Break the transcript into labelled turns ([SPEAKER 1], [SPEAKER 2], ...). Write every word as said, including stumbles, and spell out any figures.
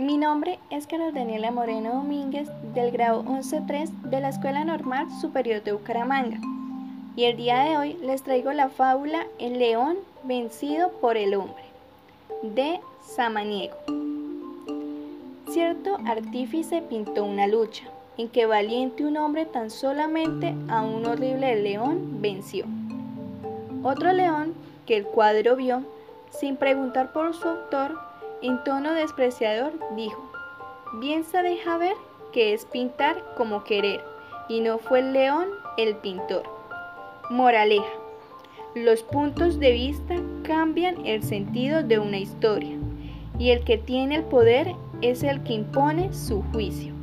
[SPEAKER 1] Mi nombre es Carol Daniela Moreno Domínguez del grado once tres de la Escuela Normal Superior de Bucaramanga y el día de hoy les traigo la fábula El león vencido por el hombre de Samaniego. Cierto artífice pintó una lucha en que valiente un hombre tan solamente a un horrible león venció. Otro león que el cuadro vio, sin preguntar por su autor, en tono despreciador dijo: bien se deja ver que es pintar como querer, y no fue el león el pintor. Moraleja: los puntos de vista cambian el sentido de una historia, y el que tiene el poder es el que impone su juicio.